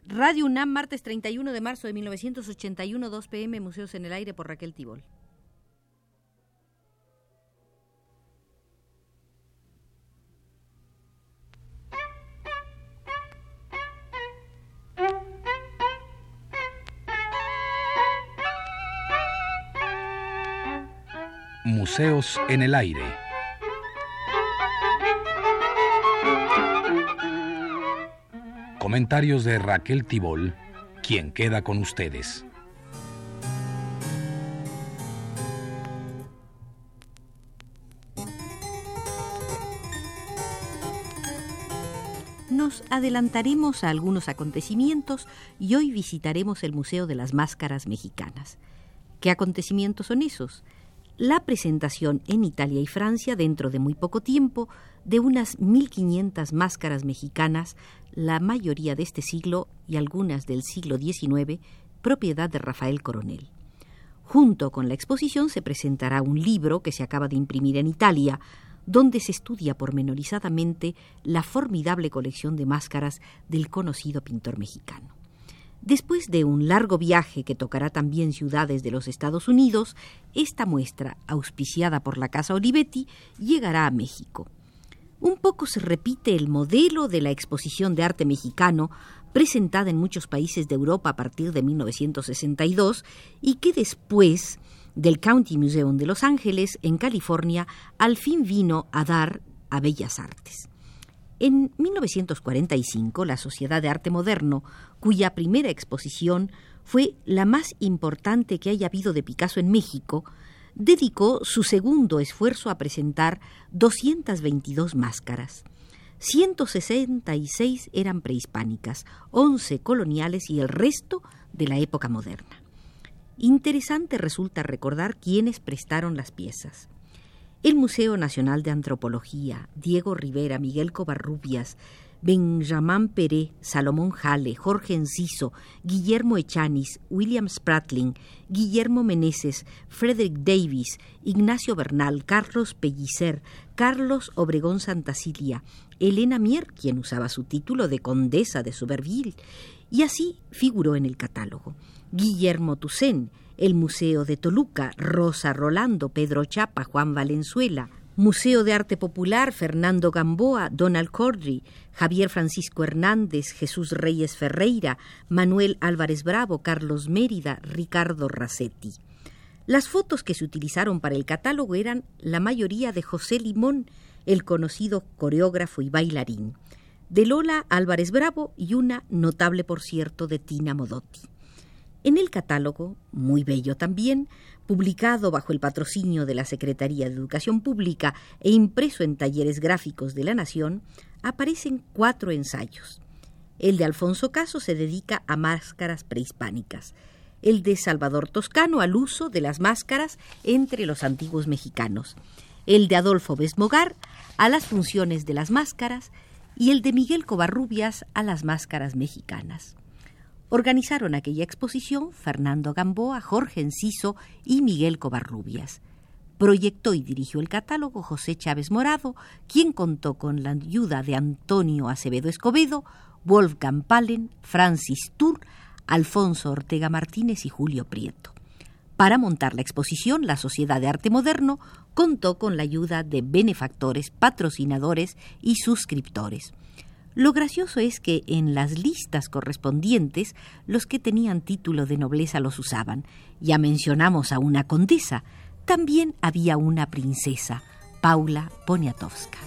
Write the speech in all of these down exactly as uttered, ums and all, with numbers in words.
Radio UNAM, martes treinta y uno de marzo de mil novecientos ochenta y uno, dos pm, Museos en el Aire por Raquel Tibol. Museos en el Aire. Comentarios de Raquel Tibol, quien queda con ustedes. Nos adelantaremos a algunos acontecimientos y hoy visitaremos el Museo de las Máscaras Mexicanas. ¿Qué acontecimientos son esos? La presentación en Italia y Francia, dentro de muy poco tiempo, de unas mil quinientas máscaras mexicanas, la mayoría de este siglo y algunas del siglo diecinueve, propiedad de Rafael Coronel. Junto con la exposición se presentará un libro que se acaba de imprimir en Italia, donde se estudia pormenorizadamente la formidable colección de máscaras del conocido pintor mexicano. Después de un largo viaje que tocará también ciudades de los Estados Unidos, esta muestra, auspiciada por la Casa Olivetti, llegará a México. Un poco se repite el modelo de la exposición de arte mexicano presentada en muchos países de Europa a partir de mil novecientos sesenta y dos y que después del County Museum de Los Ángeles, en California, al fin vino a dar a Bellas Artes. En mil novecientos cuarenta y cinco, la Sociedad de Arte Moderno, cuya primera exposición fue la más importante que haya habido de Picasso en México, dedicó su segundo esfuerzo a presentar doscientas veintidós máscaras. ciento sesenta y seis eran prehispánicas, once coloniales y el resto de la época moderna. Interesante resulta recordar quiénes prestaron las piezas. El Museo Nacional de Antropología, Diego Rivera, Miguel Covarrubias, Benjamin Peré, Salomón Jale, Jorge Enciso, Guillermo Echanis, William Spratling, Guillermo Meneses, Frederick Davis, Ignacio Bernal, Carlos Pellicer, Carlos Obregón Santacilia, Elena Mier, quien usaba su título de condesa de Somerville, y así figuró en el catálogo. Guillermo Toussaint, el Museo de Toluca, Rosa Rolando, Pedro Chapa, Juan Valenzuela, Museo de Arte Popular, Fernando Gamboa, Donald Cordry, Javier Francisco Hernández, Jesús Reyes Ferreira, Manuel Álvarez Bravo, Carlos Mérida, Ricardo Racetti. Las fotos que se utilizaron para el catálogo eran la mayoría de José Limón, el conocido coreógrafo y bailarín, de Lola Álvarez Bravo y una notable, por cierto, de Tina Modotti. En el catálogo, muy bello también, publicado bajo el patrocinio de la Secretaría de Educación Pública e impreso en talleres gráficos de la Nación, aparecen cuatro ensayos. El de Alfonso Caso se dedica a máscaras prehispánicas, el de Salvador Toscano al uso de las máscaras entre los antiguos mexicanos, el de Adolfo Besmogar a las funciones de las máscaras y el de Miguel Covarrubias a las máscaras mexicanas. Organizaron aquella exposición Fernando Gamboa, Jorge Enciso y Miguel Covarrubias. Proyectó y dirigió el catálogo José Chávez Morado, quien contó con la ayuda de Antonio Acevedo Escobedo, Wolfgang Palen, Francis Tur, Alfonso Ortega Martínez y Julio Prieto. Para montar la exposición, la Sociedad de Arte Moderno contó con la ayuda de benefactores, patrocinadores y suscriptores. Lo gracioso es que en las listas correspondientes los que tenían título de nobleza los usaban. Ya mencionamos a una condesa, también había una princesa, Paula Poniatowska.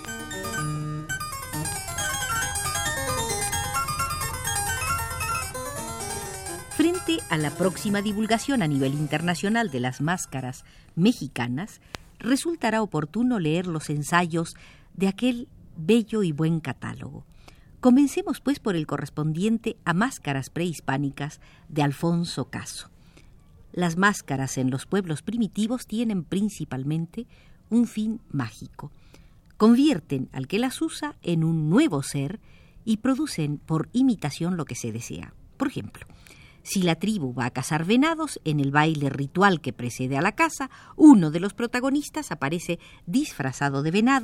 Frente a la próxima divulgación a nivel internacional de las máscaras mexicanas, resultará oportuno leer los ensayos de aquel bello y buen catálogo. Comencemos pues por el correspondiente a máscaras prehispánicas de Alfonso Caso. Las máscaras en los pueblos primitivos tienen principalmente un fin mágico. Convierten al que las usa en un nuevo ser y producen por imitación lo que se desea. Por ejemplo, si la tribu va a cazar venados, en el baile ritual que precede a la caza, uno de los protagonistas aparece disfrazado de venado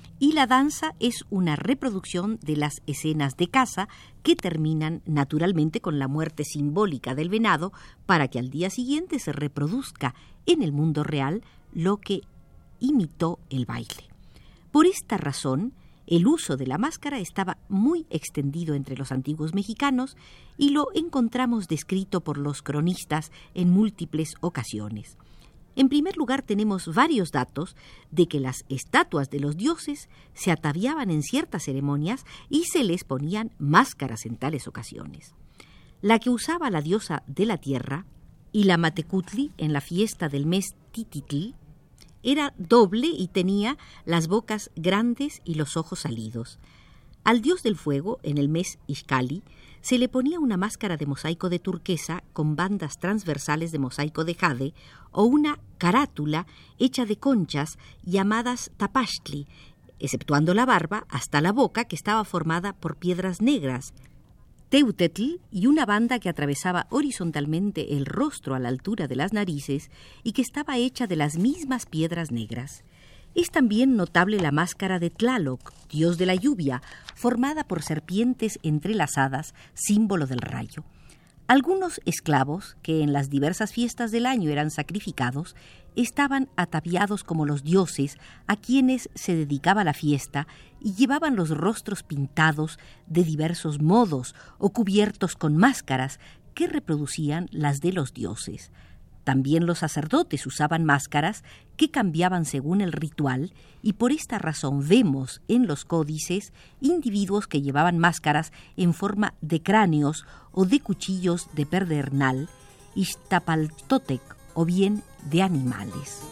Y la danza es una reproducción de las escenas de caza que terminan naturalmente con la muerte simbólica del venado para que al día siguiente se reproduzca en el mundo real lo que imitó el baile. Por esta razón, el uso de la máscara estaba muy extendido entre los antiguos mexicanos y lo encontramos descrito por los cronistas en múltiples ocasiones. En primer lugar, tenemos varios datos de que las estatuas de los dioses se ataviaban en ciertas ceremonias y se les ponían máscaras en tales ocasiones. La que usaba la diosa de la tierra y la Matecutli en la fiesta del mes Tititl era doble y tenía las bocas grandes y los ojos salidos. Al dios del fuego, en el mes Ixcali, se le ponía una máscara de mosaico de turquesa con bandas transversales de mosaico de jade o una carátula hecha de conchas llamadas tapachtli, exceptuando la barba hasta la boca que estaba formada por piedras negras, teutetl, y una banda que atravesaba horizontalmente el rostro a la altura de las narices y que estaba hecha de las mismas piedras negras. Es también notable la máscara de Tlaloc, dios de la lluvia, formada por serpientes entrelazadas, símbolo del rayo. Algunos esclavos, que en las diversas fiestas del año eran sacrificados, estaban ataviados como los dioses a quienes se dedicaba la fiesta y llevaban los rostros pintados de diversos modos o cubiertos con máscaras que reproducían las de los dioses. También los sacerdotes usaban máscaras que cambiaban según el ritual y por esta razón vemos en los códices individuos que llevaban máscaras en forma de cráneos o de cuchillos de pedernal, ixtapaltotec o bien de animales.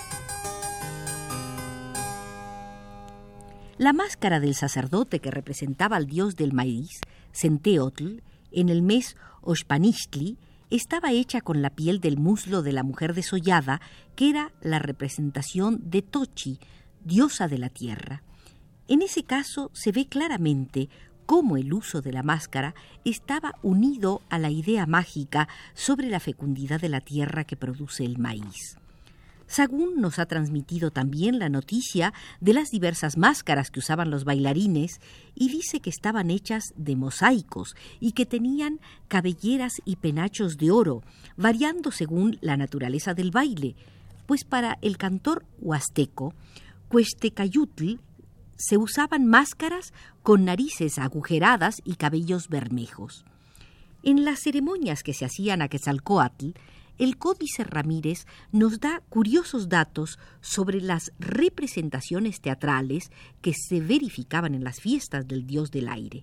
La máscara del sacerdote que representaba al dios del maíz, Centeotl, en el mes Oxpanixtli, estaba hecha con la piel del muslo de la mujer desollada, que era la representación de Tochi, diosa de la tierra. En ese caso se ve claramente cómo el uso de la máscara estaba unido a la idea mágica sobre la fecundidad de la tierra que produce el maíz. Sagún nos ha transmitido también la noticia de las diversas máscaras que usaban los bailarines y dice que estaban hechas de mosaicos y que tenían cabelleras y penachos de oro, variando según la naturaleza del baile, pues para el cantor huasteco, Cuestecayutl, se usaban máscaras con narices agujeradas y cabellos bermejos. En las ceremonias que se hacían a Quetzalcóatl, el Códice Ramírez nos da curiosos datos sobre las representaciones teatrales que se verificaban en las fiestas del dios del aire.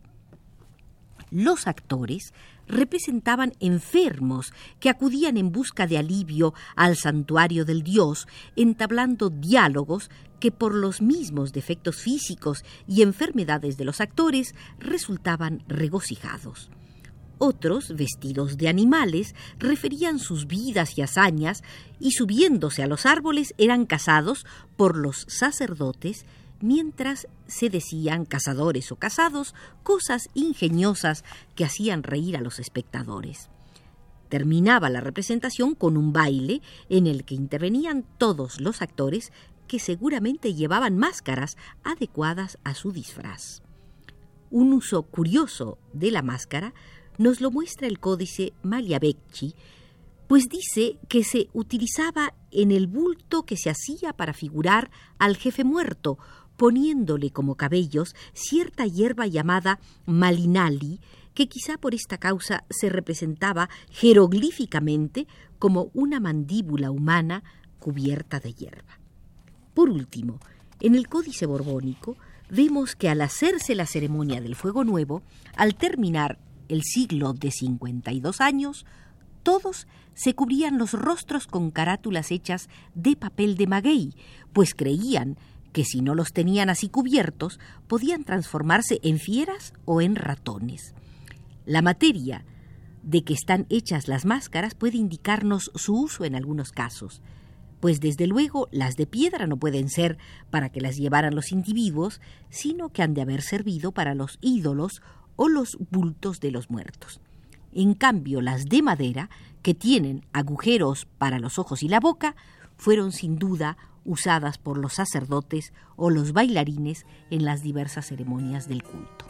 Los actores representaban enfermos que acudían en busca de alivio al santuario del dios, entablando diálogos que por los mismos defectos físicos y enfermedades de los actores resultaban regocijados. Otros, vestidos de animales, referían sus vidas y hazañas y subiéndose a los árboles eran cazados por los sacerdotes, mientras se decían cazadores o cazados, cosas ingeniosas que hacían reír a los espectadores. Terminaba la representación con un baile en el que intervenían todos los actores que seguramente llevaban máscaras adecuadas a su disfraz. Un uso curioso de la máscara nos lo muestra el Códice Magliabecchi, pues dice que se utilizaba en el bulto que se hacía para figurar al jefe muerto, poniéndole como cabellos cierta hierba llamada malinali, que quizá por esta causa se representaba jeroglíficamente como una mandíbula humana cubierta de hierba. Por último, en el Códice Borbónico vemos que al hacerse la ceremonia del Fuego Nuevo, al terminar el siglo de cincuenta y dos años, todos se cubrían los rostros con carátulas hechas de papel de maguey, pues creían que si no los tenían así cubiertos, podían transformarse en fieras o en ratones. La materia de que están hechas las máscaras puede indicarnos su uso en algunos casos, pues desde luego las de piedra no pueden ser para que las llevaran los individuos, sino que han de haber servido para los ídolos o los bultos de los muertos. En cambio, las de madera, que tienen agujeros para los ojos y la boca, fueron sin duda usadas por los sacerdotes o los bailarines en las diversas ceremonias del culto.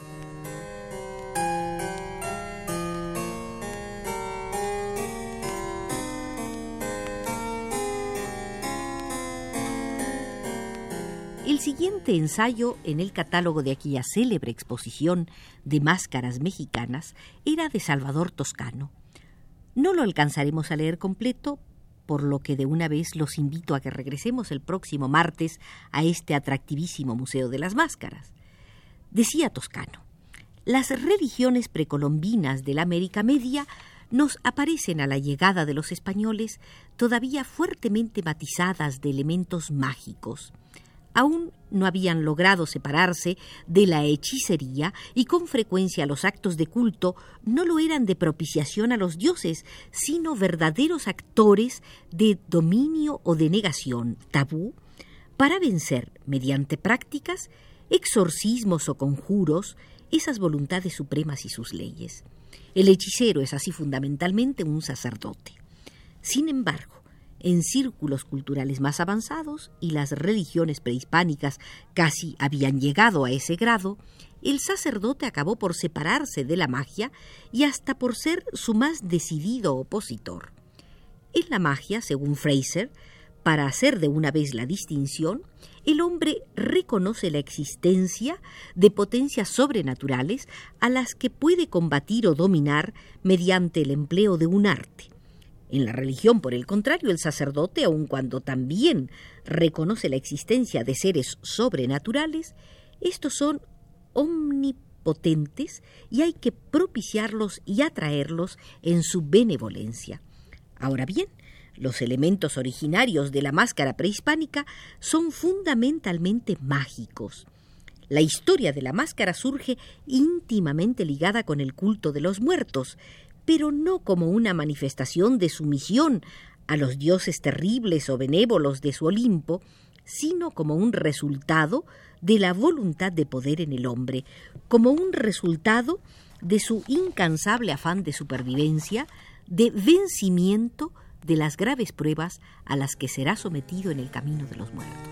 El siguiente ensayo en el catálogo de aquella célebre exposición de máscaras mexicanas era de Salvador Toscano. No lo alcanzaremos a leer completo, por lo que de una vez los invito a que regresemos el próximo martes a este atractivísimo Museo de las Máscaras. Decía Toscano: las religiones precolombinas de la América Media nos aparecen a la llegada de los españoles todavía fuertemente matizadas de elementos mágicos. Aún no habían logrado separarse de la hechicería y con frecuencia los actos de culto no lo eran de propiciación a los dioses, sino verdaderos actores de dominio o de negación, tabú, para vencer, mediante prácticas, exorcismos o conjuros, esas voluntades supremas y sus leyes. El hechicero es así fundamentalmente un sacerdote. Sin embargo, en círculos culturales más avanzados, y las religiones prehispánicas casi habían llegado a ese grado, el sacerdote acabó por separarse de la magia y hasta por ser su más decidido opositor. En la magia, según Fraser, para hacer de una vez la distinción, el hombre reconoce la existencia de potencias sobrenaturales a las que puede combatir o dominar mediante el empleo de un arte. En la religión, por el contrario, el sacerdote, aun cuando también reconoce la existencia de seres sobrenaturales, estos son omnipotentes y hay que propiciarlos y atraerlos en su benevolencia. Ahora bien, los elementos originarios de la máscara prehispánica son fundamentalmente mágicos. La historia de la máscara surge íntimamente ligada con el culto de los muertos, pero no como una manifestación de sumisión a los dioses terribles o benévolos de su Olimpo, sino como un resultado de la voluntad de poder en el hombre, como un resultado de su incansable afán de supervivencia, de vencimiento de las graves pruebas a las que será sometido en el camino de los muertos.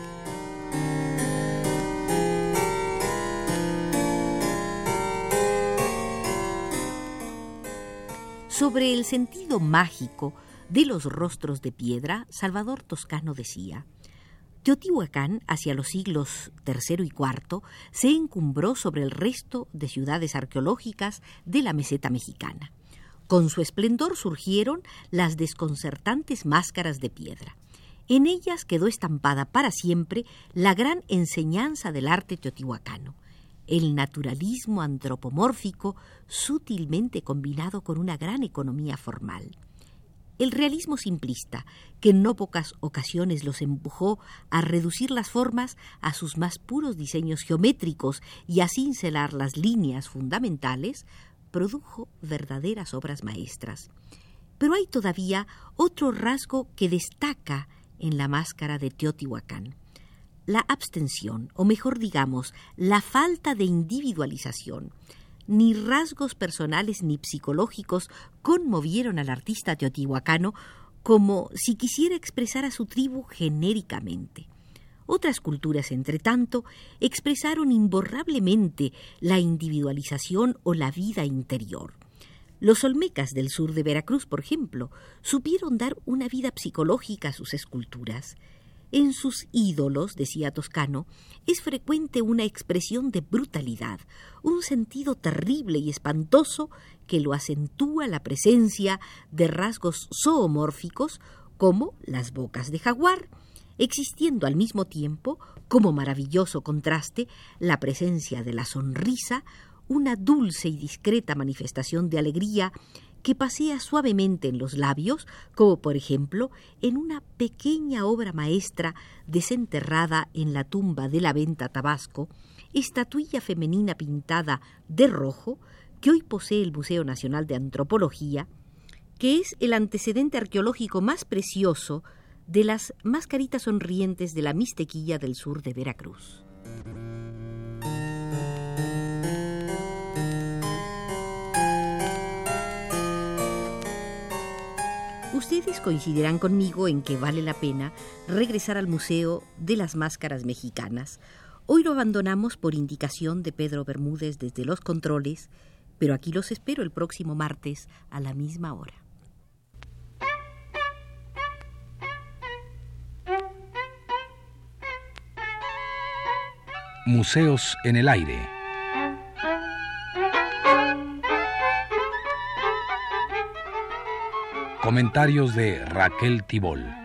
Sobre el sentido mágico de los rostros de piedra, Salvador Toscano decía: Teotihuacán, hacia los siglos tercero y cuarto, se encumbró sobre el resto de ciudades arqueológicas de la meseta mexicana. Con su esplendor surgieron las desconcertantes máscaras de piedra. En ellas quedó estampada para siempre la gran enseñanza del arte teotihuacano, el naturalismo antropomórfico sutilmente combinado con una gran economía formal. El realismo simplista, que en no pocas ocasiones los empujó a reducir las formas a sus más puros diseños geométricos y a cincelar las líneas fundamentales, produjo verdaderas obras maestras. Pero hay todavía otro rasgo que destaca en la máscara de Teotihuacán: la abstención, o mejor digamos, la falta de individualización. Ni rasgos personales ni psicológicos conmovieron al artista teotihuacano como si quisiera expresar a su tribu genéricamente. Otras culturas, entre tanto, expresaron imborrablemente la individualización o la vida interior. Los olmecas del sur de Veracruz, por ejemplo, supieron dar una vida psicológica a sus esculturas. En sus ídolos, decía Toscano, es frecuente una expresión de brutalidad, un sentido terrible y espantoso que lo acentúa la presencia de rasgos zoomórficos como las bocas de jaguar, existiendo al mismo tiempo, como maravilloso contraste, la presencia de la sonrisa, una dulce y discreta manifestación de alegría que pasea suavemente en los labios, como por ejemplo en una pequeña obra maestra desenterrada en la tumba de la Venta, Tabasco, estatuilla femenina pintada de rojo que hoy posee el Museo Nacional de Antropología, que es el antecedente arqueológico más precioso de las mascaritas sonrientes de la Mixtequilla del sur de Veracruz. Ustedes coincidirán conmigo en que vale la pena regresar al Museo de las Máscaras Mexicanas. Hoy lo abandonamos por indicación de Pedro Bermúdez desde los controles, pero aquí los espero el próximo martes a la misma hora. Museos en el aire. Comentarios de Raquel Tibol.